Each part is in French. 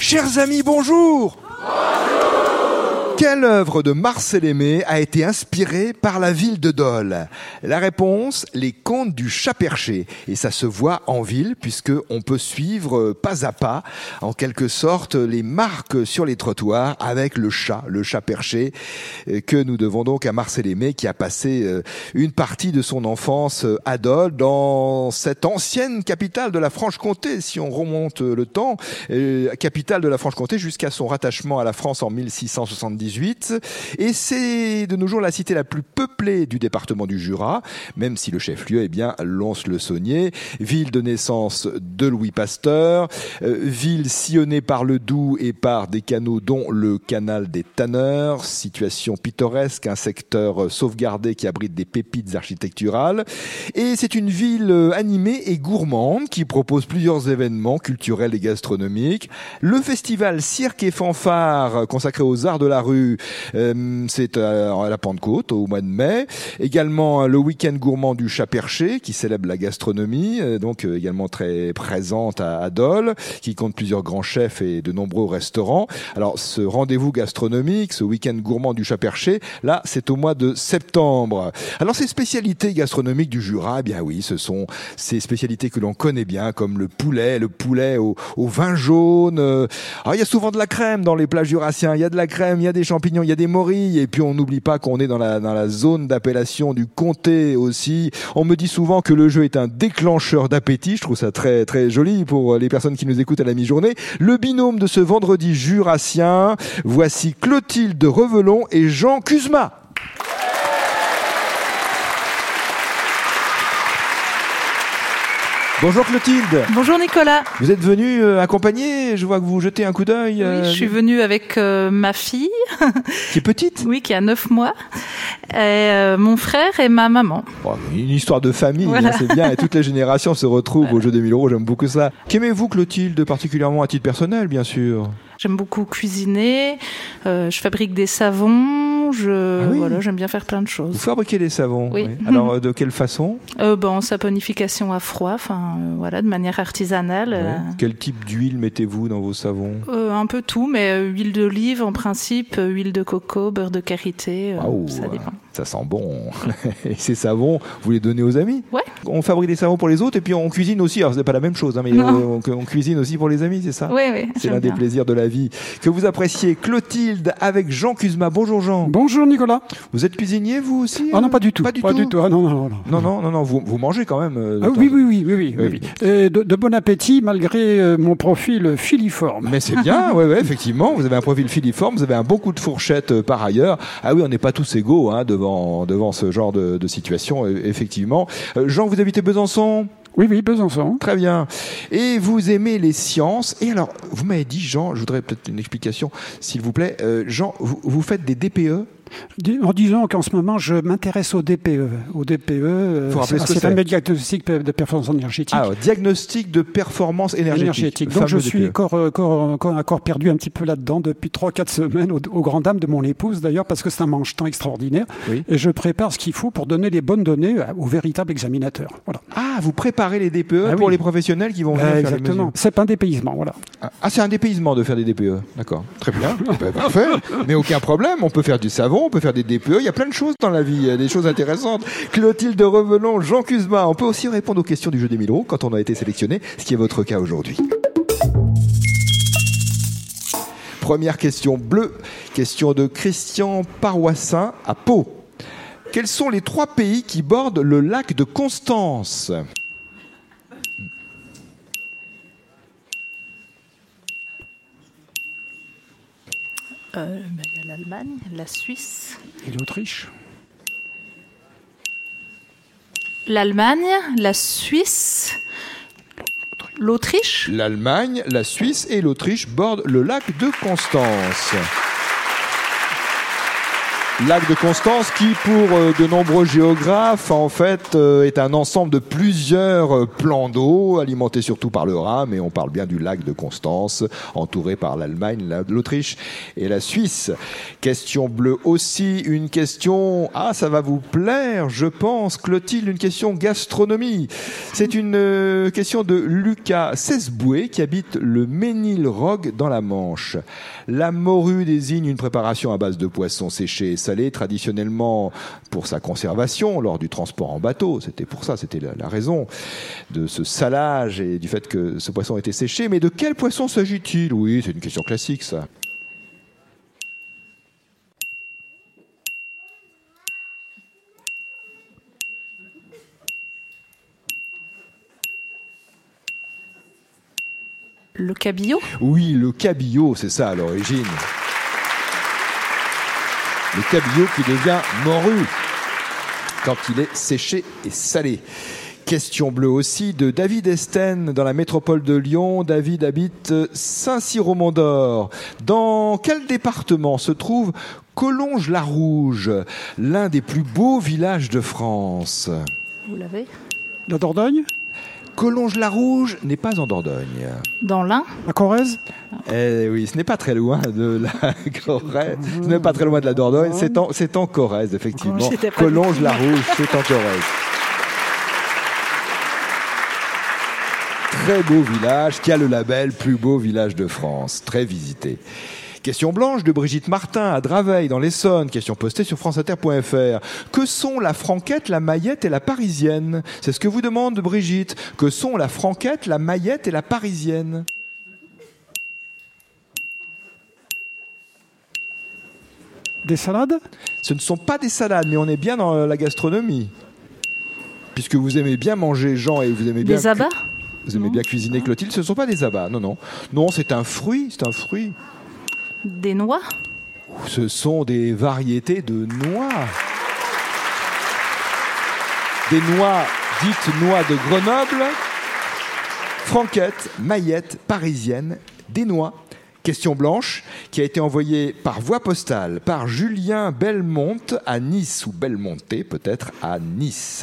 Chers amis, bonjour. Quelle œuvre de Marcel Aimé a été inspirée par la ville de Dole? La réponse, les contes du chat perché. Et ça se voit en ville puisqu'on peut suivre pas à pas, en quelque sorte, les marques sur les trottoirs avec le chat perché, que nous devons donc à Marcel Aimé qui a passé une partie de son enfance à Dole, dans cette ancienne capitale de la Franche-Comté, si on remonte le temps, capitale de la Franche-Comté jusqu'à son rattachement à la France en 1678. Et c'est de nos jours la cité la plus peuplée du département du Jura, même si le chef-lieu est bien Lons-le-Saunier, ville de naissance de Louis Pasteur, ville sillonnée par le Doubs et par des canaux dont le canal des Tanneurs, situation pittoresque, un secteur sauvegardé qui abrite des pépites architecturales. Et c'est une ville animée et gourmande qui propose plusieurs événements culturels et gastronomiques. Le festival Cirque et Fanfare consacré aux arts de la rue, c'est à la Pentecôte au mois de mai. Également le week-end gourmand du chat perché qui célèbre la gastronomie, donc également très présente à Dole, qui compte plusieurs grands chefs et de nombreux restaurants. Alors ce rendez-vous gastronomique, ce week-end gourmand du chat perché, là c'est au mois de septembre. Alors ces spécialités gastronomiques du Jura, eh bien oui, ce sont ces spécialités que l'on connaît bien, comme le poulet au vin jaune. Alors il y a souvent de la crème dans les plats jurassiens, il y a de la crème, il y a des champignons, il y a des morilles, et puis on n'oublie pas qu'on est dans la zone d'appellation du comté aussi. On me dit souvent que le jeu est un déclencheur d'appétit, je trouve ça très très joli pour les personnes qui nous écoutent à la mi-journée. Le binôme de ce vendredi jurassien, voici Clotilde Revelon et Jean Cuzma. Bonjour Clotilde. Bonjour Nicolas. Vous êtes venue accompagnée, je vois que vous jetez un coup d'œil. Oui, je suis venue avec ma fille. Qui est petite? Oui, qui a 9 mois. Et mon frère et ma maman. Bon, une histoire de famille, voilà. C'est bien, et toutes les générations se retrouvent au jeu des 1000 euros, j'aime beaucoup ça. Qu'aimez-vous Clotilde, particulièrement à titre personnel bien sûr? J'aime beaucoup cuisiner, je fabrique des savons, voilà, j'aime bien faire plein de choses. Vous fabriquez des savons? Oui. Alors de quelle façon? En saponification à froid, voilà, de manière artisanale. Oui. Quel type d'huile mettez-vous dans vos savons? Un peu tout, mais huile d'olive en principe, huile de coco, beurre de karité, ça dépend. Ça sent bon. Et ces savons, vous les donnez aux amis? Ouais. On fabrique des savons pour les autres et puis on cuisine aussi. Alors c'est pas la même chose, mais on cuisine aussi pour les amis, c'est ça? Oui. C'est l'un des plaisirs de la vie que vous appréciez. Clotilde avec Jean Cuzma. Bonjour Jean. Bonjour Nicolas. Vous êtes cuisinier vous aussi? Ah non, pas du tout. Pas du tout. Ah non. Non. Vous mangez quand même. Oui. Et de bon appétit malgré mon profil filiforme. Mais c'est bien, ouais, effectivement. Vous avez un profil filiforme, vous avez un bon coup de fourchette par ailleurs. Ah oui, on n'est pas tous égaux devant ce genre de situation, effectivement. Jean, vous habitez Besançon? Oui, Besançon. Très bien. Et vous aimez les sciences. Et alors, vous m'avez dit, Jean, je voudrais peut-être une explication, s'il vous plaît. Jean, vous faites des DPE? En disant qu'en ce moment, je m'intéresse au DPE. Au DPE, c'est un diagnostic de performance énergétique. Ah, diagnostic de performance énergétique. Donc je suis encore perdu un petit peu là-dedans depuis 3-4 semaines, au grand dam de mon épouse d'ailleurs, parce que c'est un mange-temps extraordinaire. Oui. Et je prépare ce qu'il faut pour donner les bonnes données aux véritables examinateurs. Voilà. Ah, vous préparez les DPE pour les professionnels qui vont venir faire les mesures. C'est pas un dépaysement, voilà. Ah, c'est un dépaysement de faire des DPE. D'accord, très bien. Parfait. Mais aucun problème, on peut faire du savon, on peut faire des DPE, il y a plein de choses dans la vie, il y a des choses intéressantes. Clotilde Revelon, Jean Cuzma, on peut aussi répondre aux questions du jeu des 1000 euros quand on a été sélectionné, ce qui est votre cas aujourd'hui. Première question bleue, question de Christian Paroissin à Pau. Quels sont les 3 pays qui bordent le lac de Constance ? Il y a l'Allemagne, la Suisse. Et l'Autriche. L'Allemagne, la Suisse, l'Autriche. L'Allemagne, la Suisse et l'Autriche bordent le lac de Constance. Lac de Constance qui, pour de nombreux géographes, en fait, est un ensemble de plusieurs plans d'eau, alimentés surtout par le Rhin, mais on parle bien du lac de Constance, entouré par l'Allemagne, l'Autriche et la Suisse. Question bleue aussi, une question, ça va vous plaire, je pense, Clotilde, une question gastronomie. C'est une question de Lucas Cesboué qui habite le Ménil-Rogue dans la Manche. La morue désigne une préparation à base de poissons séchés et salés, traditionnellement pour sa conservation lors du transport en bateau. C'était pour ça, c'était la raison de ce salage et du fait que ce poisson était séché. Mais de quel poisson s'agit-il? Oui, c'est une question classique, ça. Le cabillaud? Oui, le cabillaud, c'est ça à l'origine. Le cabillaud qui devient morue quand il est séché et salé. Question bleue aussi de David Esten dans la métropole de Lyon. David habite Saint-Cyr-au-Mont-d'Or. Dans quel département se trouve Collonges-la-Rouge, l'un des plus beaux villages de France? Vous l'avez? La Dordogne? Collonges-la-Rouge n'est pas en Dordogne. Dans l'Ain? La Corrèze? Oui, ce n'est pas très loin de la Corrèze. Ce n'est pas très loin de la Dordogne. C'est en Corrèze, effectivement. Collonges-la-Rouge, c'est en Corrèze. Très beau village qui a le label plus beau village de France. Très visité. Question blanche de Brigitte Martin à Draveil dans l'Essonne. Question postée sur franceinter.fr. Que sont la franquette, la maillette et la parisienne? C'est ce que vous demande Brigitte. Que sont la franquette, la maillette et la parisienne? Des salades? Ce ne sont pas des salades, mais on est bien dans la gastronomie. Puisque vous aimez bien manger, Jean, et vous aimez bien... Des abats? Vous aimez bien cuisiner, Clotilde. Ce ne sont pas des abats, non. Non, c'est un fruit, Des noix? Ce sont des variétés de noix. Des noix dites noix de Grenoble. Franquette, maillette, parisienne, des noix. Question blanche qui a été envoyée par voie postale par Julien Belmonte à Nice, ou Belmonte peut-être à Nice.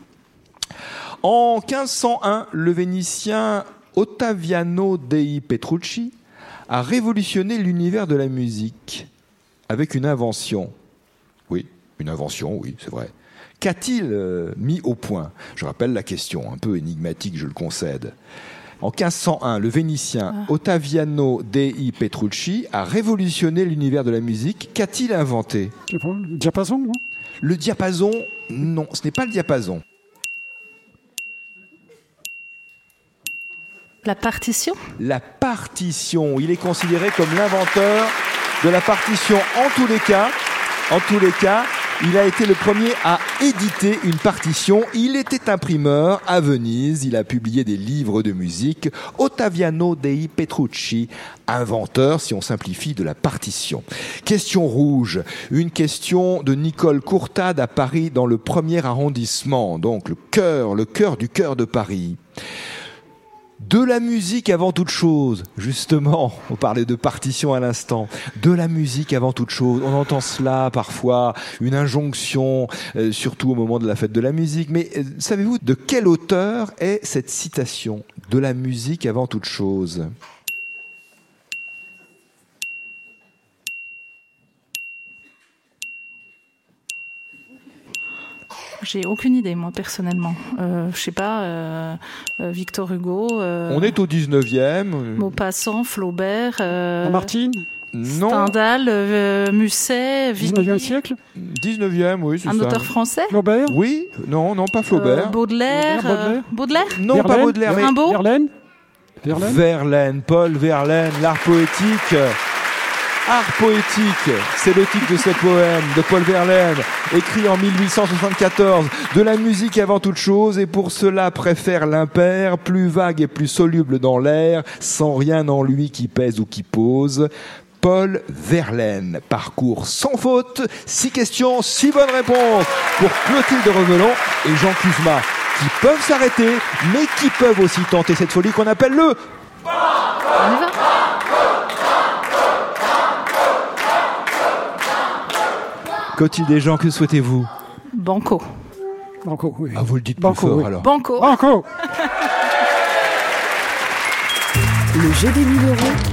En 1501, le Vénitien Ottaviano dei Petrucci a révolutionné l'univers de la musique avec une invention. Oui, c'est vrai. Qu'a-t-il mis au point? Je rappelle la question, un peu énigmatique, je le concède. En 1501, le Vénitien Ottaviano dei Petrucci a révolutionné l'univers de la musique. Qu'a-t-il inventé? Le diapason, non? Le diapason, non, ce n'est pas le diapason. La partition? La partition. Il est considéré comme l'inventeur de la partition en tous les cas. En tous les cas, il a été le premier à éditer une partition. Il était imprimeur à Venise. Il a publié des livres de musique. Ottaviano dei Petrucci, inventeur, si on simplifie, de la partition. Question rouge. Une question de Nicole Courtade à Paris dans le 1er arrondissement. Donc le cœur du cœur de Paris. De la musique avant toute chose, justement, on parlait de partition à l'instant, de la musique avant toute chose, on entend cela parfois, une injonction, surtout au moment de la fête de la musique, mais savez-vous de quel auteur est cette citation, de la musique avant toute chose ? J'ai aucune idée, moi, personnellement. Je sais pas, Victor Hugo... On est au 19e. Maupassant, Flaubert... Lamartine? Non. Stendhal, Musset... 19e siècle? 19e, oui, c'est ça. Un auteur français? Flaubert? Oui, non, pas Flaubert. Baudelaire? Baudelaire? Non, Verlaine? pas Baudelaire, mais... Rimbaud? Verlaine, Paul Verlaine, l'art poétique... Art poétique, c'est le titre de ce poème de Paul Verlaine, écrit en 1874. De la musique avant toute chose, et pour cela préfère l'impair, plus vague et plus soluble dans l'air, sans rien en lui qui pèse ou qui pose. Paul Verlaine, parcours sans faute, 6 questions, 6 bonnes réponses pour Clotilde Revelon et Jean Cusma, qui peuvent s'arrêter, mais qui peuvent aussi tenter cette folie qu'on appelle le... On y va. Clotilde Dejean, que souhaitez-vous? Banco. Banco, oui. Ah, vous le dites Banco, plus fort, oui. alors. Banco. Banco. Le jeu des 1000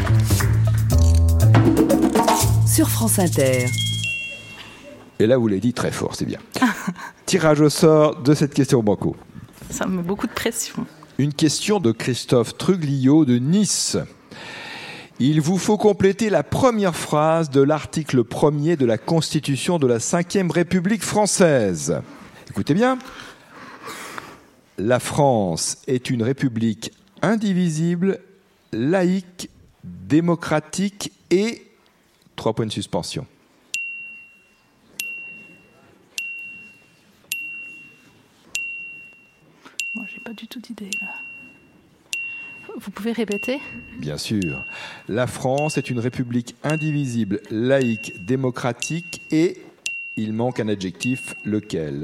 euros sur France Inter. Et là, vous l'avez dit très fort, c'est bien. Tirage au sort de cette question banco. Ça me met beaucoup de pression. Une question de Christophe Truglio de Nice. Il vous faut compléter la première phrase de l'article 1er de la Constitution de la Ve République française. Écoutez bien. La France est une république indivisible, laïque, démocratique et... 3 points de suspension. Moi, j'ai pas du tout d'idée, là. Vous pouvez répéter? Bien sûr. La France est une république indivisible, laïque, démocratique et... Il manque un adjectif, lequel?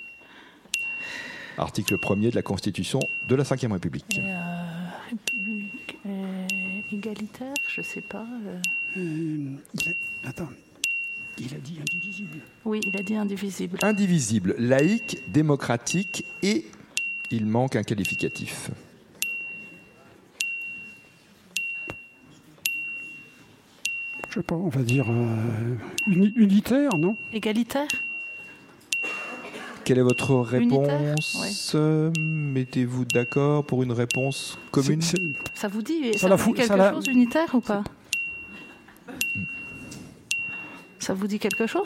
Article 1er de la Constitution de la Ve République. République égalitaire, je sais pas. Attends, il a dit indivisible. Oui, il a dit indivisible. Indivisible, laïque, démocratique et il manque un qualificatif. Je sais pas, on va dire unitaire, non? Égalitaire? Quelle est votre réponse? Mettez-vous d'accord pour une réponse commune? Ça vous dit, ça vous dit quelque chose, unitaire ou pas? Ça vous dit quelque chose?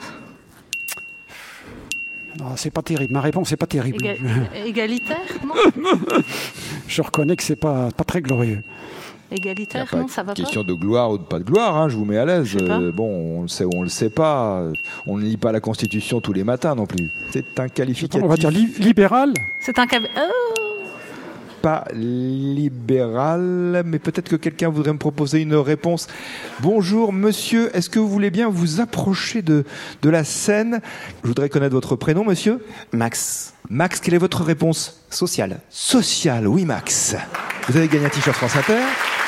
Non, c'est pas terrible. Ma réponse n'est pas terrible. Égalitaire, non? Je reconnais que c'est pas très glorieux. Égalitaire, non, ça va pas. Question de gloire ou de pas de gloire, hein, je vous mets à l'aise. Bon, on le sait ou on le sait pas. On ne lit pas la Constitution tous les matins non plus. C'est un qualificatif. On va dire libéral. C'est un Pas libéral, mais peut-être que quelqu'un voudrait me proposer une réponse. Bonjour monsieur, est-ce que vous voulez bien vous approcher de la scène? Je voudrais connaître votre prénom, monsieur. Max. Max, quelle est votre réponse? Social. Social, oui Max. Vous avez gagné un t-shirt France Inter.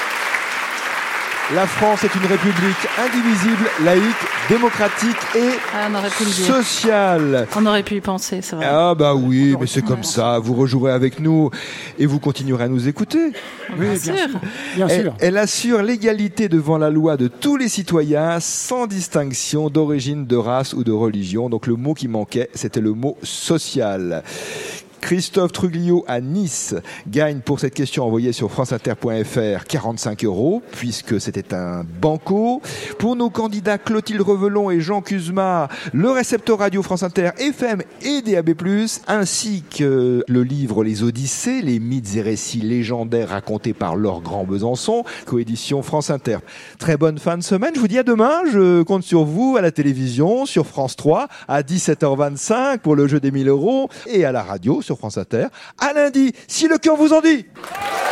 La France est une république indivisible, laïque, démocratique et sociale. On aurait pu y penser, c'est vrai. Ah bah oui, mais c'est comme ça. Vous rejouerez avec nous et vous continuerez à nous écouter. Oui, bien sûr. Bien sûr. Elle assure l'égalité devant la loi de tous les citoyens, sans distinction d'origine, de race ou de religion. Donc le mot qui manquait, c'était le mot social. Christophe Truglio à Nice gagne pour cette question envoyée sur franceinter.fr 45 €, puisque c'était un banco. Pour nos candidats Clotilde Revelon et Jean Cusma, le récepteur radio France Inter FM et DAB+, ainsi que le livre Les Odyssées, les mythes et récits légendaires racontés par Laure Grand Besançon, coédition France Inter. Très bonne fin de semaine, je vous dis à demain, je compte sur vous à la télévision, sur France 3, à 17h25 pour le jeu des 1000 € et à la radio sur France Inter. À lundi, si le cœur vous en dit.